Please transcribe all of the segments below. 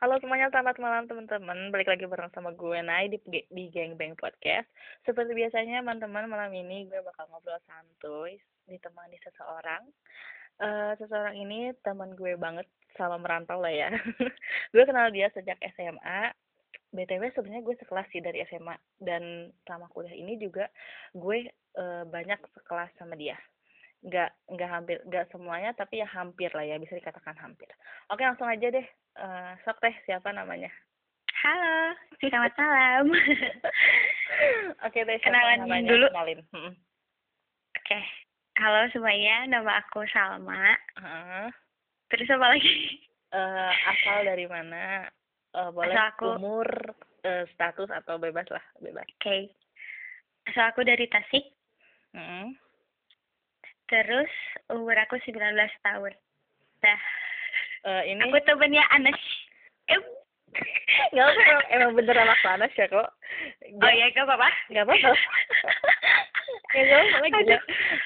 Halo semuanya, selamat malam teman-teman. Balik lagi bareng sama gue Nay di Geng Bang Podcast. Seperti biasanya teman-teman, malam ini gue bakal ngobrol santuy ditemani seseorang. Seseorang ini teman gue banget sama merantau lah ya. Gue kenal dia sejak SMA. BTW sebenarnya gue sekelas sih dari SMA dan selama kuliah ini juga gue banyak sekelas sama dia. Nggak semuanya tapi ya hampir lah ya, bisa dikatakan hampir. Oke, langsung aja deh. Sok teh, siapa namanya? Halo, selamat malam. Oke teh, siapa Kenalan namanya? dulu. Kenalin. Oke, halo semuanya, nama aku Salma. Heeh. Terus apa lagi? Asal dari mana? Boleh Asal aku, umur, status atau bebas lah, bebas. Oke. Asal aku dari Tasik. Heeh. Terus umur aku 19 tahun. Nah, Ini aku temennya Anas. nggak apa, emang bener anak panas ya kok. Oh iya, gak apa-apa. Nggak apa-apa. Ya nggak apa-apa gila.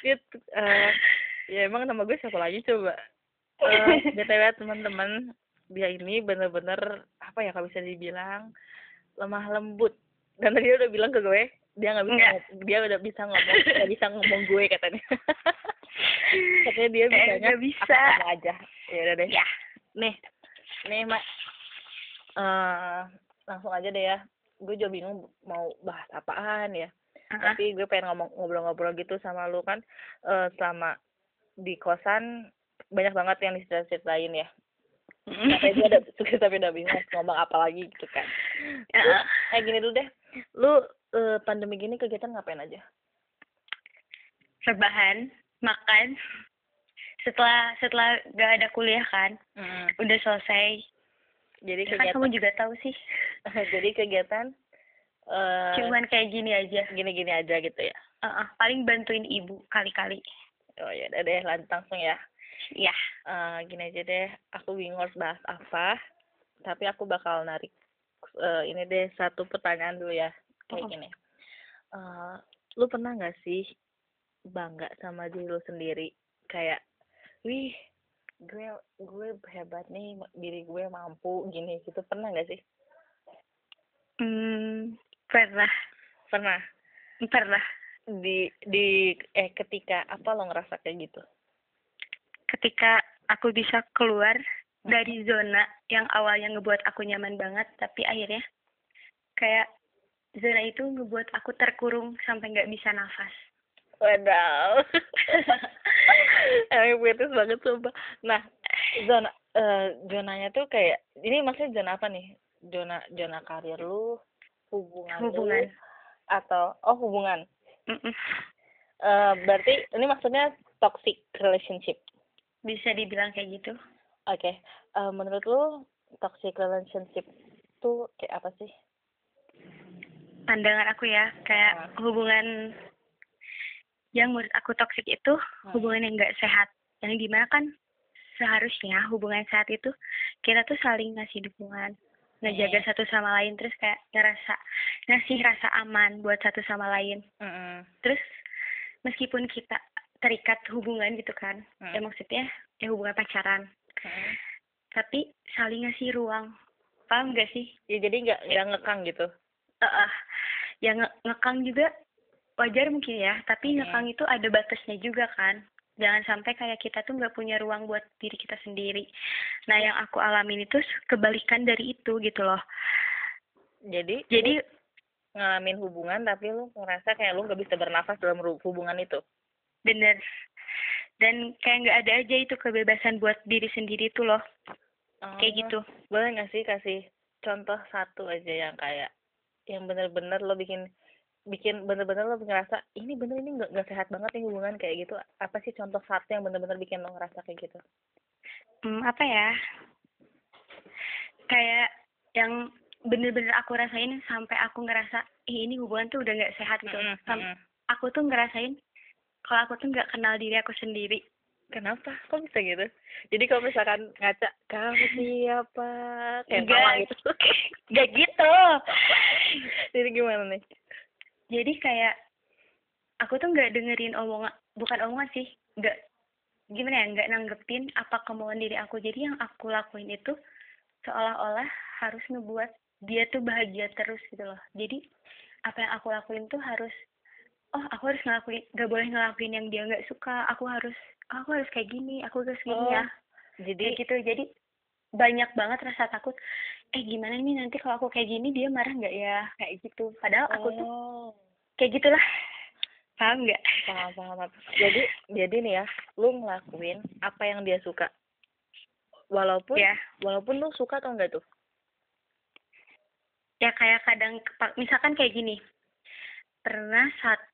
Ya emang nama gue siapa lagi coba? BTW teman-teman, dia ini bener-bener apa ya, kalau bisa dibilang lemah lembut. Dan tadi dia udah bilang ke gue, dia udah bisa ngomong gue katanya. Katanya dia bisanya nggak bisa. Aku aja. Ya udah deh. Ya. Nih Mak, langsung aja deh ya. Gue juga bingung mau bahas apaan ya. Tapi gue pengen ngobrol-ngobrol gitu sama lu kan. Selama di kosan banyak banget yang diceritain ya. Tapi udah bingung ngomong apa lagi gitu kan. Gini dulu deh. Lu pandemi gini kegiatan ngapain aja? Rebahan, makan. Setelah gak ada kuliah kan, udah selesai. Jadi ya kan kamu juga tahu sih. Jadi kegiatan cuman kayak gini aja. Gini-gini aja gitu ya. Paling bantuin ibu kali-kali. Oh ya udah deh, langsung ya. Iya. Gini aja deh, aku bingung harus bahas apa, tapi aku bakal narik ini deh satu pertanyaan dulu ya, kayak gini. Lu pernah nggak sih bangga sama diri lu sendiri, kayak, wih, gue hebat nih, diri gue mampu gini gitu, pernah nggak sih? Pernah. Ketika apa lo ngerasa kayak gitu? Ketika aku bisa keluar dari zona yang awalnya ngebuat aku nyaman banget, tapi akhirnya kayak zona itu ngebuat aku terkurung sampai nggak bisa nafas. Waduh. Emang puitis banget sumpah. Nah, zonanya tuh kayak, ini maksudnya zona apa nih? Zona karir lu, hubungan lu, atau hubungan? Berarti ini maksudnya toxic relationship. Bisa dibilang kayak gitu. Oke. Menurut lu toxic relationship tuh kayak apa sih? Pandangan aku ya, kayak hubungan yang menurut aku toksik itu hubungan yang nggak sehat. Yang dimana kan seharusnya hubungan sehat itu kita tuh saling ngasih dukungan, ngejaga satu sama lain, terus kayak ngasih rasa aman buat satu sama lain. Terus meskipun kita terikat hubungan gitu kan, ya maksudnya ya hubungan pacaran, tapi saling ngasih ruang. Paham gak sih? Ya jadi nggak ngekang gitu. Ya ngekang juga wajar mungkin ya, tapi ngekang itu ada batasnya juga kan. Jangan sampai kayak kita tuh nggak punya ruang buat diri kita sendiri. Nah, yang aku alamin itu kebalikan dari itu gitu loh. Jadi ngalamin hubungan tapi lu ngerasa kayak lu nggak bisa bernafas dalam hubungan itu. Bener. Dan kayak nggak ada aja itu kebebasan buat diri sendiri tuh loh. Kayak gitu. Boleh nggak sih kasih contoh satu aja yang kayak yang bener-bener lo bikin bener-bener lo ngerasa ini nggak sehat banget nih hubungan kayak gitu. Apa sih contoh satu yang bener-bener bikin lo ngerasa kayak gitu? Apa ya? Kayak yang bener-bener aku rasain sampai aku ngerasa ini hubungan tuh udah nggak sehat gitu. Aku tuh ngerasain kalau aku tuh nggak kenal diri aku sendiri. Kenapa? Kok bisa gitu? Jadi kalau misalkan ngaca, kamu siapa? Kayak mama gitu. Gak gitu. Jadi gimana nih? Jadi kayak aku tuh nggak dengerin bukan omongan sih, nggak nanggepin apa kemauan diri aku. Jadi yang aku lakuin itu seolah-olah harus ngebuat dia tuh bahagia terus gitu loh. Jadi apa yang aku lakuin tuh harus, aku harus ngelakuin, gak boleh ngelakuin yang dia nggak suka. Aku harus kayak gini, aku harus gini ya. Jadi Kayak gitu. Jadi banyak banget rasa takut. Gimana nih nanti kalau aku kayak gini dia marah nggak ya, kayak gitu. Padahal aku tuh kayak gitulah. Paham nggak? paham. Jadi nih ya, lu ngelakuin apa yang dia suka. Walaupun lu suka atau enggak tuh? Ya kayak kadang misalkan kayak gini. Pernah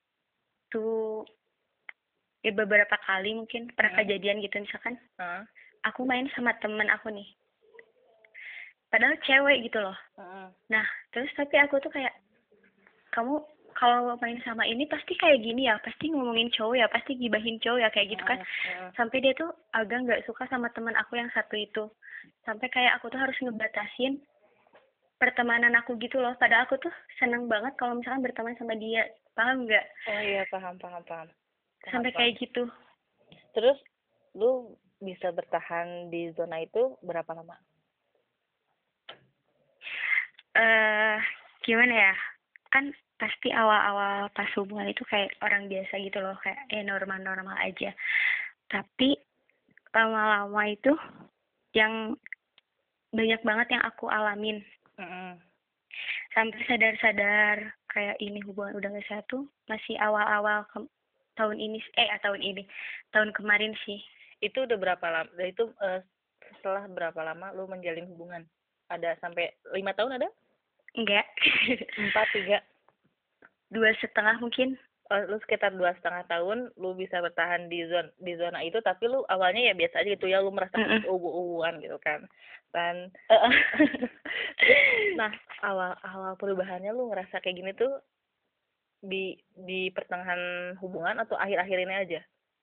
beberapa kali mungkin pernah kejadian gitu, misalkan aku main sama temen aku nih, padahal cewek gitu loh. Nah terus tapi aku tuh kayak, kamu kalau main sama ini pasti kayak gini ya, pasti ngomongin cowok ya, pasti gibahin cowok ya, kayak gitu kan. Sampai dia tuh agak nggak suka sama teman aku yang satu itu, sampai kayak aku tuh harus ngebatasin pertemanan aku gitu loh. Padahal aku tuh seneng banget kalau misalkan berteman sama dia. Paham nggak? Oh iya, paham. Sampai kayak gitu. Terus lu bisa bertahan di zona itu berapa lama? Gimana ya, kan pasti awal-awal pas hubungan itu kayak orang biasa gitu loh, kayak normal-normal aja. Tapi lama-lama itu yang banyak banget yang aku alamin. Sampai sadar-sadar kayak ini hubungan udah gak sehat tuh masih awal-awal tahun kemarin sih. Itu udah berapa lama? Itu setelah berapa lama lu menjalin hubungan? Ada sampai 5 tahun ada? Enggak. 4, 3? 2,5 mungkin. Lu sekitar 2,5 tahun lu bisa bertahan di zona itu, tapi lu awalnya ya biasa aja gitu ya, lu merasa ubu-ubuan gitu kan. Dan nah, awal perubahannya lu ngerasa kayak gini tuh di pertengahan hubungan atau akhir-akhir ini aja?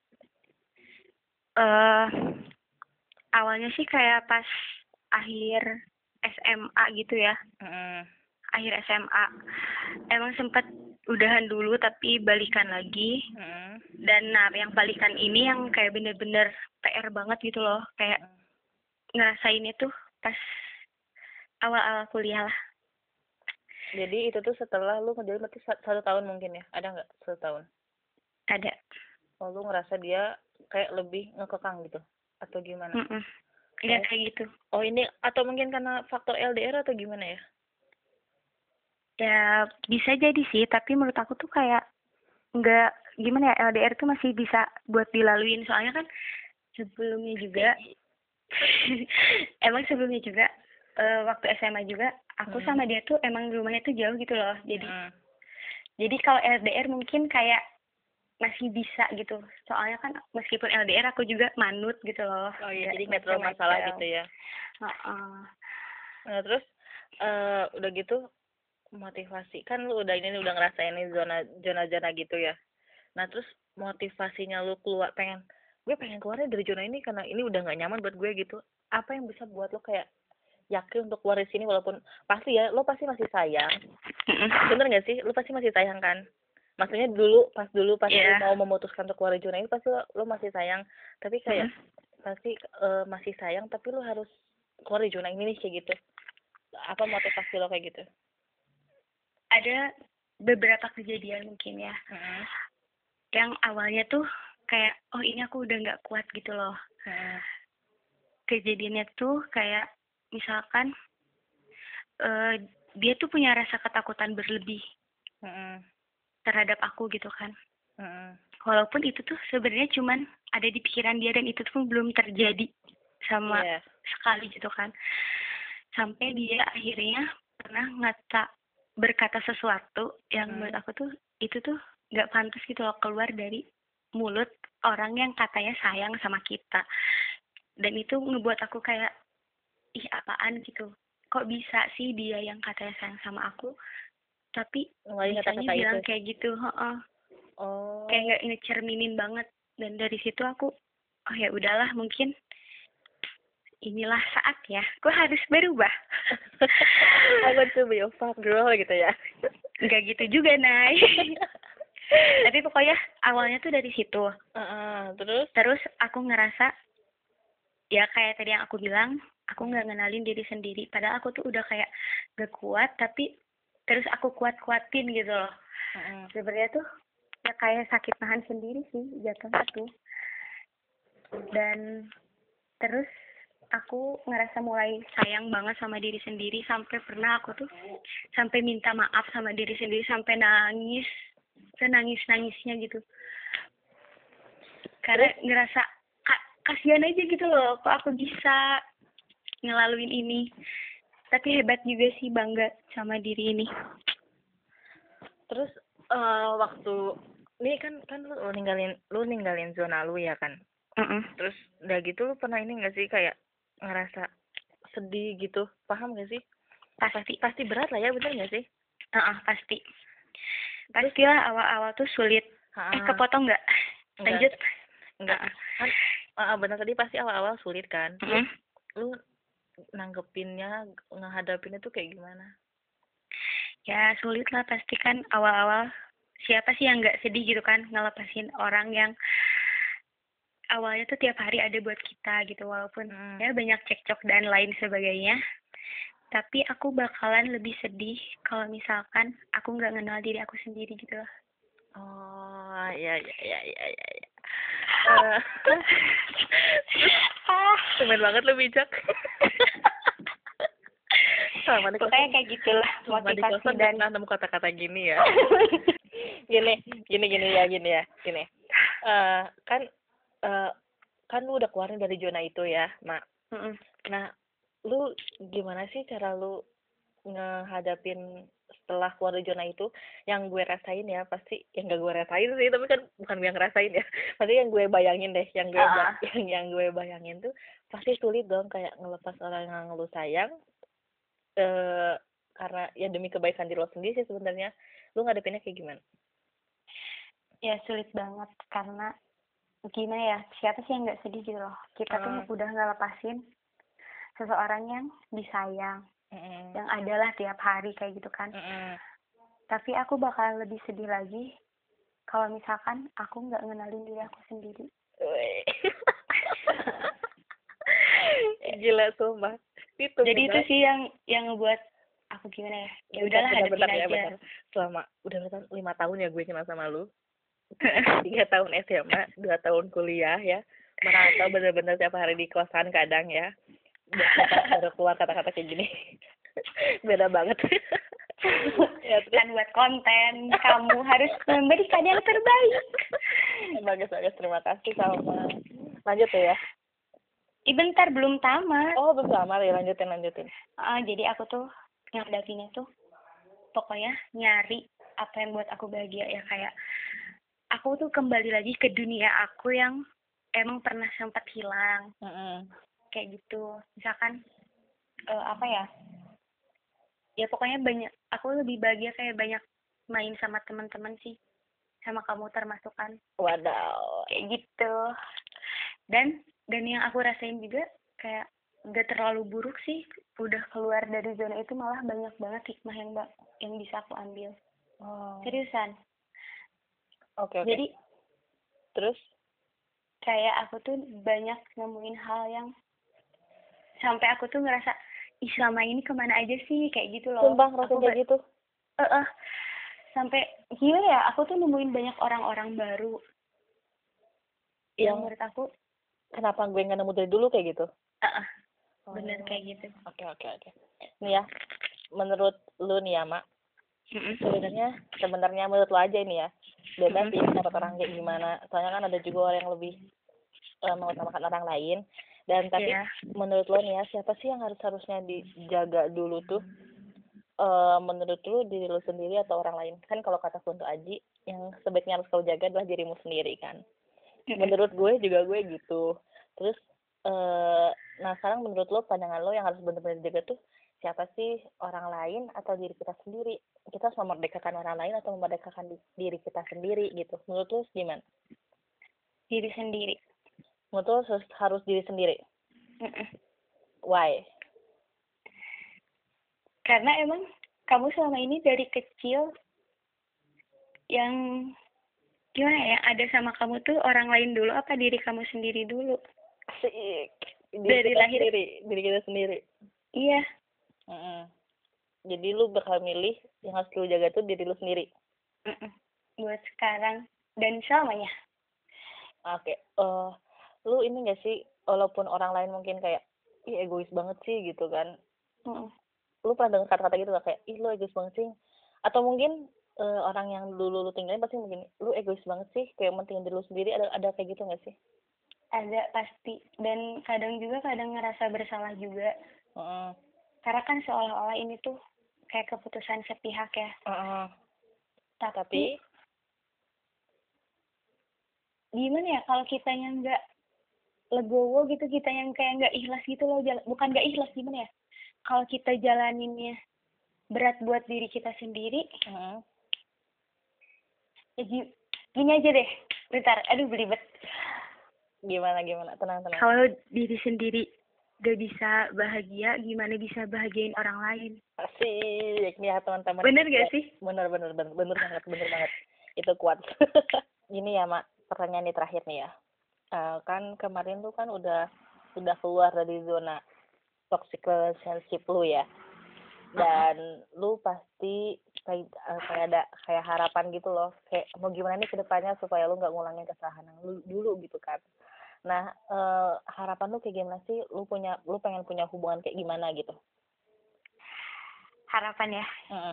Awalnya sih kayak pas akhir SMA gitu ya. Akhir SMA emang sempat udahan dulu tapi balikan lagi. Dan yang balikan ini yang kayak bener-bener PR banget gitu loh, kayak ngerasainnya tuh pas awal-awal kuliah lah. Jadi itu tuh setelah lu ngejalin berarti 1 tahun mungkin ya? Ada nggak 1 tahun? Ada. Oh, lu ngerasa dia kayak lebih ngekekang gitu? Atau gimana? Iya kayak gitu. Oh ini, atau mungkin karena faktor LDR atau gimana ya? Ya bisa jadi sih, tapi menurut aku tuh kayak nggak, gimana ya, LDR tuh masih bisa buat dilaluin. Soalnya kan sebelumnya juga emang sebelumnya juga waktu SMA juga aku sama dia tuh emang rumahnya tuh jauh gitu loh. Jadi kalau LDR mungkin kayak masih bisa gitu. Soalnya kan meskipun LDR aku juga manut gitu loh. Oh iya, jadi nggak terlalu masalah gitu ya. Nah terus udah gitu motivasi, kan lu udah ngerasain ini zona gitu ya. Nah terus motivasinya lu keluar, gue pengen keluarnya dari zona ini karena ini udah nggak nyaman buat gue gitu. Apa yang bisa buat lo kayak yakin untuk keluar dari sini, walaupun pasti ya lo pasti masih sayang. Bener nggak sih, lo pasti masih sayang kan? Maksudnya pas lu mau memutuskan untuk keluar dari zona ini pasti lo masih sayang, tapi kayak pasti masih sayang tapi lo harus keluar dari zona ini nih, kayak gitu. Apa motivasi lo kayak gitu? Ada beberapa kejadian mungkin ya. Yang awalnya tuh kayak, ini aku udah nggak kuat gitu loh. Kejadiannya tuh kayak misalkan dia tuh punya rasa ketakutan berlebih terhadap aku gitu kan. Walaupun itu tuh sebenarnya cuman ada di pikiran dia dan itu tuh belum terjadi sama sekali gitu kan. Sampai dia akhirnya pernah berkata sesuatu yang menurut aku tuh itu tuh nggak pantas gitu loh keluar dari mulut orang yang katanya sayang sama kita. Dan itu ngebuat aku kayak, ih apaan gitu, kok bisa sih dia yang katanya sayang sama aku tapi bisanya bilang kayak gitu. Kayak nggak ngecerminin banget. Dan dari situ aku, ya udahlah, mungkin inilah saat ya, gue harus berubah. Aku tuh be a fuck girl gitu ya. Nggak gitu juga, Nay. Tapi pokoknya awalnya tuh dari situ. Terus aku ngerasa, ya kayak tadi yang aku bilang, aku nggak ngenalin diri sendiri. Padahal aku tuh udah kayak gak kuat, tapi terus aku kuat-kuatin gitu loh. Sebenarnya tuh ya kayak sakit nahan sendiri sih jatuhnya tuh. Dan terus aku ngerasa mulai sayang banget sama diri sendiri, sampai pernah aku tuh sampai minta maaf sama diri sendiri, sampai nangis, senangis-nangisnya gitu. Karena ngerasa kasihan aja gitu loh, kok aku bisa ngelaluin ini. Tapi hebat juga sih, bangga sama diri ini. Terus waktu ini kan lu ninggalin zona lu ya kan. Terus udah gitu lu pernah ini nggak sih kayak ngerasa sedih gitu, paham gak sih? Pasti berat lah ya, bener nggak sih? Pasti. Pastilah awal-awal tuh sulit. Kepotong nggak? Lanjut. Enggak. Kan benar tadi pasti awal-awal sulit kan. Lu nanggepinnya, ngehadapinnya tuh kayak gimana? Ya sulit lah pasti kan awal-awal. Siapa sih yang nggak sedih gitu kan ngelepasin orang yang awalnya tuh tiap hari ada buat kita gitu, walaupun ya banyak cekcok dan lain sebagainya. Tapi aku bakalan lebih sedih kalau misalkan aku nggak kenal diri aku sendiri gitu loh. Oh, ya. Temen banget lu bijak. Sama kayak gitulah motivasi dan nemu kata-kata gini ya. gini ya. Kan lu udah keluarin dari zona itu ya, Mak. Nah, lu gimana sih cara lu ngehadapin setelah keluar dari zona itu? Yang gue rasain ya, pasti yang gak gue rasain sih, tapi kan bukan gue yang ngerasain ya, pasti yang gue bayangin deh, yang gue bayangin tuh pasti sulit dong kayak ngelepas orang yang lu sayang, karena ya demi kebaikan diri lo sendiri sih sebenarnya. Lu ngadepinnya kayak gimana? Ya sulit banget, karena gimana ya, siapa sih yang nggak sedih gitu loh. Kita tuh udah ngelepasin seseorang yang disayang, yang adalah tiap hari kayak gitu kan. Tapi aku bakalan lebih sedih lagi kalau misalkan aku nggak ngenalin diri aku sendiri. Gila sumpah. Jadi itu sih yang ngebuat aku gimana ya. Ya udahlah, hadapin aja. Bener. Selama udah 5 tahun ya gue kenal sama lu. 3 tahun SMA, 2 tahun kuliah ya. Merantau bener-bener tiap hari di kosan kadang ya. Baru keluar kata-kata kayak gini. Beda banget. Ya, kan buat konten, kamu harus memberikan yang terbaik. Bagus, terima kasih sama. Lanjut ya. Bentar, belum tamat. Oh, belum tamat ya, lanjutin. Jadi aku tuh ngadapinnya tuh pokoknya nyari apa yang buat aku bahagia ya, kayak aku tuh kembali lagi ke dunia aku yang emang pernah sempat hilang. Kayak gitu. Misalkan apa ya? Ya pokoknya banyak, aku lebih bahagia kayak banyak main sama teman-teman sih. Sama kamu termasuk kan. Wadaw. Kayak gitu. Dan yang aku rasain juga kayak gak terlalu buruk sih. Udah keluar dari zona itu malah banyak banget hikmah yang bisa aku ambil. Seriusan. Oke. Jadi terus kayak aku tuh banyak nemuin hal yang sampai aku tuh ngerasa selama ini kemana aja sih, kayak gitu loh. Sumpah ngerasain kayak gitu. Sampai gila ya, aku tuh nemuin banyak orang-orang baru yang menurut aku, kenapa gue nggak nemu dari dulu kayak gitu? Bener kayak gitu. Oke. Nih ya, menurut lu nih ya, Mak. Sebenarnya menurut lu aja ini ya. Bebas sih pendapat orang kayak gimana. Soalnya kan ada juga orang yang lebih mengutamakan orang lain. Dan tapi menurut lo nih ya, siapa sih yang harusnya dijaga dulu tuh? Menurut lu diri lu sendiri atau orang lain? Kan kalau kata Kunto Aji, yang sebaiknya harus kau jaga adalah dirimu sendiri kan. Menurut gue juga gue gitu. Terus nah sekarang menurut lo, pandangan lo yang harus benar-benar dijaga tuh siapa sih, orang lain atau diri kita sendiri? Kita harus memerdekakan orang lain atau memerdekakan diri kita sendiri gitu. Menurut lo gimana? Diri sendiri. Menurut lo harus diri sendiri? Why? Karena emang kamu selama ini dari kecil yang gimana ya, yang ada sama kamu tuh orang lain dulu apa diri kamu sendiri dulu? Asik. dari kita lahir. sendiri, diri kita sendiri. Iya. Jadi lu bakal milih yang harus lu jaga tuh diri lu sendiri. Buat sekarang dan selamanya. Oke. Lu ini gak sih, walaupun orang lain mungkin kayak ih egois banget sih gitu kan, lu pernah dengar kata-kata gitu gak kayak ih lu egois banget sih, atau mungkin orang yang dulu lu tinggalin pasti mungkin lu egois banget sih kayak mentingin diri lu sendiri, ada kayak gitu gak sih? Ada pasti, dan kadang ngerasa bersalah juga. Karena kan seolah-olah ini tuh kayak keputusan sepihak ya. Tapi gimana ya, kalau kitanya nggak legowo gitu, kita yang kayak nggak ikhlas gitu loh, bukan nggak ikhlas, gimana ya, kalau kita jalaninnya berat buat diri kita sendiri, ya gini aja deh, bentar, aduh belibet. Gimana, tenang. Kalau diri sendiri gak bisa bahagia, gimana bisa bahagiain orang lain? Asik nih ya teman-teman. Bener gak sih? Bener banget. Itu kuat. Gini ya Mak, pertanyaan nih terakhir nih ya. Kan kemarin tuh kan udah keluar dari zona toxic relationship lu ya. Dan lu pasti kayak ada kayak harapan gitu loh, kayak mau gimana nih ke depannya supaya lu nggak ngulangin kesalahan yang lu dulu gitu kan. Nah, harapan lu kayak gimana sih? Lu pengen punya hubungan kayak gimana gitu? Harapan ya?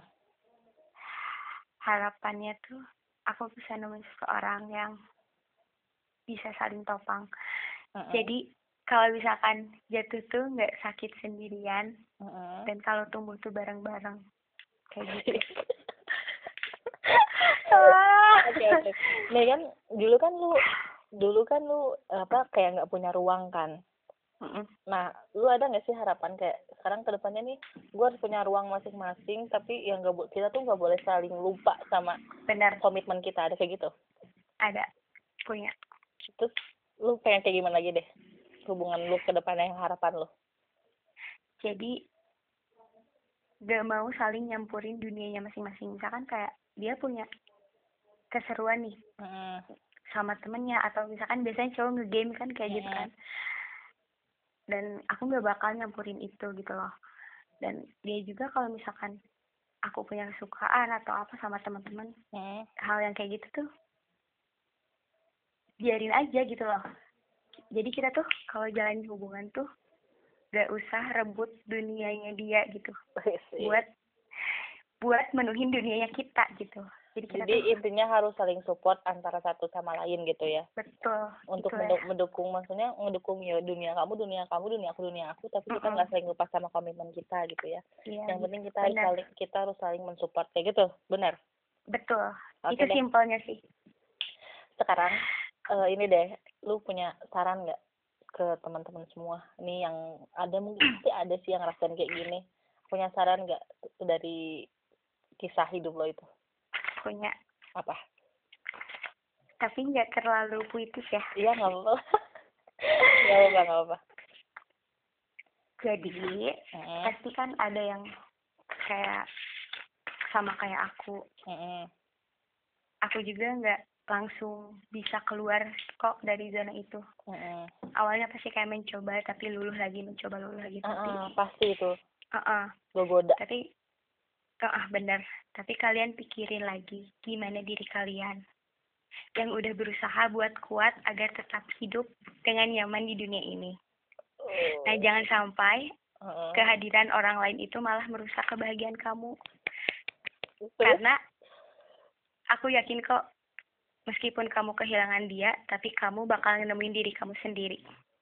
Harapannya tuh aku bisa nemuin seseorang yang bisa saling topang. Jadi kalau misalkan jatuh tuh nggak sakit sendirian, dan kalau tumbuh tuh bareng-bareng kayak gitu. Oke. Nih kan dulu kan lu apa kayak nggak punya ruang kan. Nah, lu ada nggak sih harapan kayak sekarang ke depannya nih gue harus punya ruang masing-masing, tapi yang kita tuh nggak boleh saling lupa sama komitmen kita, ada kayak gitu? Ada, punya. Terus lu pengen kayak gimana lagi deh hubungan lu ke depannya, yang harapan lu? Jadi gak mau saling nyampurin dunianya masing-masing. Misalkan kayak dia punya keseruan nih sama temennya, atau misalkan biasanya cowok nge-game kan kayak gitu kan, dan aku gak bakal nyampurin itu gitu loh. Dan dia juga kalau misalkan aku punya kesukaan atau apa sama teman-teman, hal yang kayak gitu tuh biarin aja gitu loh. Jadi kita tuh kalau jalanin hubungan tuh gak usah rebut dunianya dia gitu, buat menuhin dunianya kita gitu. Jadi intinya harus saling support antara satu sama lain gitu ya. Betul. Untuk mendukung, maksudnya mendukung ya dunia kamu, dunia aku, tapi kita nggak saling lupa sama komitmen kita gitu ya. Yang penting kita harus saling mensupport kayak gitu, benar? Betul. Itu simpelnya sih. Sekarang ini deh, lu punya saran nggak ke teman-teman semua? Ini yang ada mungkin pasti ada sih yang ngerasain kayak gini. Punya saran nggak dari kisah hidup lo itu? Punya. Apa? Tapi nggak terlalu puitis ya? Iya, nggak apa-apa. Nggak apa-apa. Jadi pasti kan ada yang kayak sama kayak aku. Aku juga nggak langsung bisa keluar kok dari zona itu. Awalnya pasti kayak mencoba, tapi luluh lagi, pasti itu. Goda. Tapi benar. Tapi kalian pikirin lagi gimana diri kalian yang udah berusaha buat kuat agar tetap hidup dengan nyaman di dunia ini. Nah, jangan sampai kehadiran orang lain itu malah merusak kebahagiaan kamu. Karena aku yakin kok, meskipun kamu kehilangan dia, tapi kamu bakal nemuin diri kamu sendiri.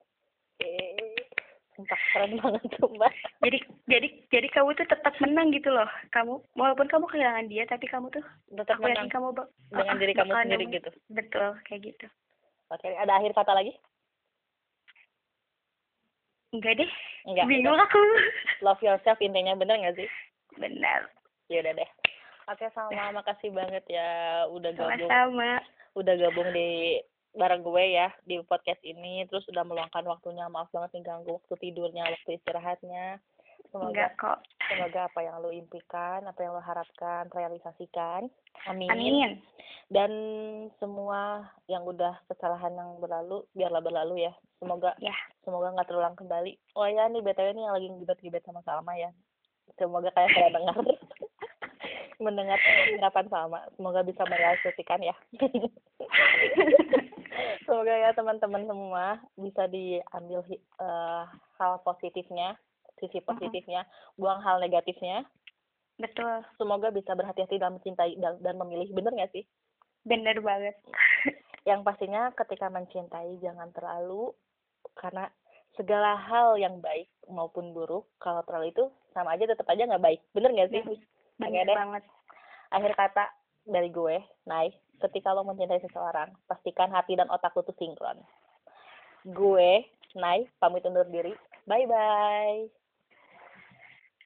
Sumpah keren banget tuh Mbak. Jadi kamu tuh tetap menang gitu loh. Kamu walaupun kamu kehilangan dia, tapi kamu tuh tetap menang kamu dengan diri kamu sendiri gitu. Betul, kayak gitu. Oke, ada akhir kata lagi? Enggak deh. Bingung aku. Love yourself intinya, bener nggak sih? Benar. Ya udah deh. Oke, makasih banget ya udah gabung. Sama-sama. Udah gabung di bareng gue ya di podcast ini, terus udah meluangkan waktunya. Maaf banget nih ganggu waktu tidurnya, waktu istirahatnya. Semoga apa yang lo impikan, apa yang lo harapkan terrealisasikan. Amin. Dan semua yang udah kesalahan yang berlalu biarlah berlalu ya. Semoga Semoga nggak terulang kembali. Oh ya, nih BTW nih yang lagi gibet-gibet sama Salma ya. Semoga kayak saya dengar mendengar pendapat Salma. Semoga bisa merealisasikan ya. Semoga ya teman-teman semua bisa diambil hal positifnya, sisi positifnya, buang hal negatifnya. Betul. Semoga bisa berhati-hati dalam mencintai dan memilih. Bener nggak sih? Bener banget. Yang pastinya ketika mencintai jangan terlalu, karena segala hal yang baik maupun buruk kalau terlalu itu sama aja, tetap aja nggak baik. Bener nggak sih? Bener banget. Akhir kata dari gue, Nay, ketika lo mencintai seseorang, pastikan hati dan otak lo tuh sinkron. Gue, Nay, pamit undur diri. Bye-bye.